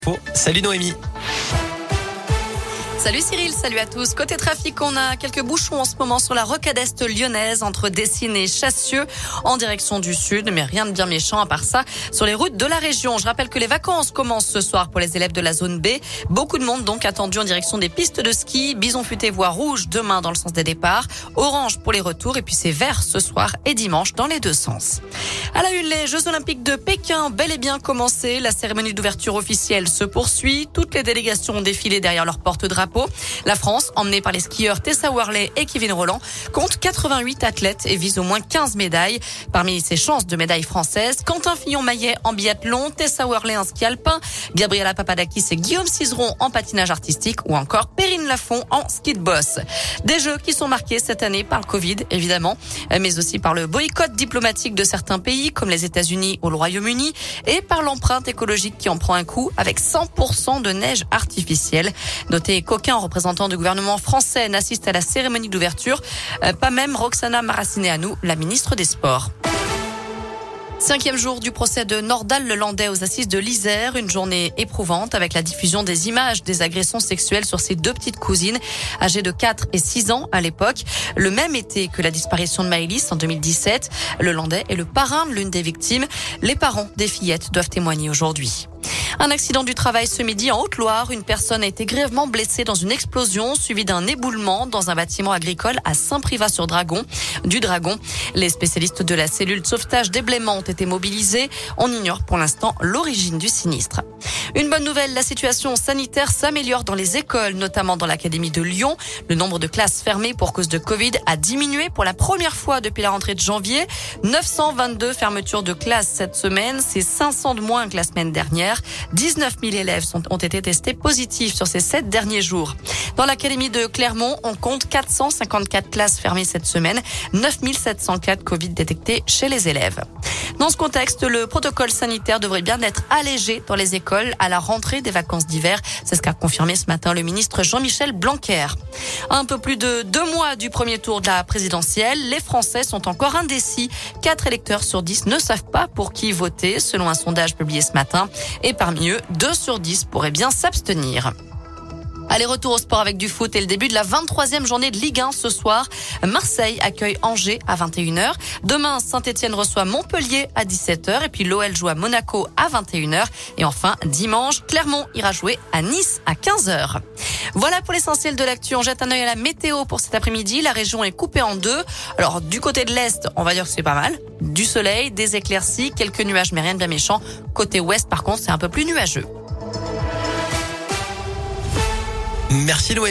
Salut Noémie. Salut Cyril, salut à tous. Côté trafic, on a quelques bouchons en ce moment sur la rocade est lyonnaise entre Dessines et Chassieux en direction du sud, mais rien de bien méchant à part ça sur les routes de la région. Je rappelle que les vacances commencent ce soir pour les élèves de la zone B. Beaucoup de monde donc attendu en direction des pistes de ski. Bison futé voie rouge demain dans le sens des départs, orange pour les retours et puis c'est vert ce soir et dimanche dans les deux sens. À la une, les Jeux Olympiques de Pékin, bel et bien commencé. La cérémonie d'ouverture officielle se poursuit. Toutes les délégations ont défilé derrière leur porte-drapeau. La France, emmenée par les skieurs Tessa Worley et Kevin Rolland, compte 88 athlètes et vise au moins 15 médailles. Parmi ses chances de médailles françaises, Quentin Fillon-Maillet en biathlon, Tessa Worley en ski alpin, Gabriela Papadakis et Guillaume Cizeron en patinage artistique ou encore Perrine Lafont en ski de boss. Des Jeux qui sont marqués cette année par le Covid, évidemment, mais aussi par le boycott diplomatique de certains pays comme les États-Unis ou le Royaume-Uni et par l'empreinte écologique qui en prend un coup avec 100% de neige artificielle. Notez qu'aucun représentant du gouvernement français n'assiste à la cérémonie d'ouverture, pas même Roxana Maracineanu, la ministre des Sports. 5e jour du procès de Nordal Lelandais aux assises de l'Isère. Une journée éprouvante avec la diffusion des images des agressions sexuelles sur ses deux petites cousines, âgées de 4 et 6 ans à l'époque. Le même été que la disparition de Maëlys en 2017. Lelandais est le parrain de l'une des victimes. Les parents des fillettes doivent témoigner aujourd'hui. Un accident du travail ce midi en Haute-Loire. Une personne a été grièvement blessée dans une explosion suivie d'un éboulement dans un bâtiment agricole à Saint-Privat-sur-Dragon. Les spécialistes de la cellule de sauvetage des blêments ont été mobilisés. On ignore pour l'instant l'origine du sinistre. Une bonne nouvelle, la situation sanitaire s'améliore dans les écoles, notamment dans l'académie de Lyon. Le nombre de classes fermées pour cause de Covid a diminué pour la première fois depuis la rentrée de janvier. 922 fermetures de classes cette semaine, c'est 500 de moins que la semaine dernière. 19 000 élèves ont été testés positifs sur ces 7 derniers jours. Dans l'académie de Clermont, on compte 454 classes fermées cette semaine, 9 704 Covid détectés chez les élèves. Dans ce contexte, le protocole sanitaire devrait bien être allégé dans les écoles à la rentrée des vacances d'hiver. C'est ce qu'a confirmé ce matin le ministre Jean-Michel Blanquer. Un peu plus de 2 mois du premier tour de la présidentielle, les Français sont encore indécis. 4 électeurs sur 10 ne savent pas pour qui voter, selon un sondage publié ce matin. Et parmi eux, 2 sur 10 pourraient bien s'abstenir. Allez, retour au sport avec du foot et le début de la 23e journée de Ligue 1 ce soir. Marseille accueille Angers à 21h. Demain, Saint-Etienne reçoit Montpellier à 17h. Et puis l'OL joue à Monaco à 21h. Et enfin, dimanche, Clermont ira jouer à Nice à 15h. Voilà pour l'essentiel de l'actu. On jette un œil à la météo pour cet après-midi. La région est coupée en deux. Alors, du côté de l'Est, on va dire que c'est pas mal. Du soleil, des éclaircies, quelques nuages, mais rien de bien méchant. Côté Ouest, par contre, c'est un peu plus nuageux. Merci Noémie.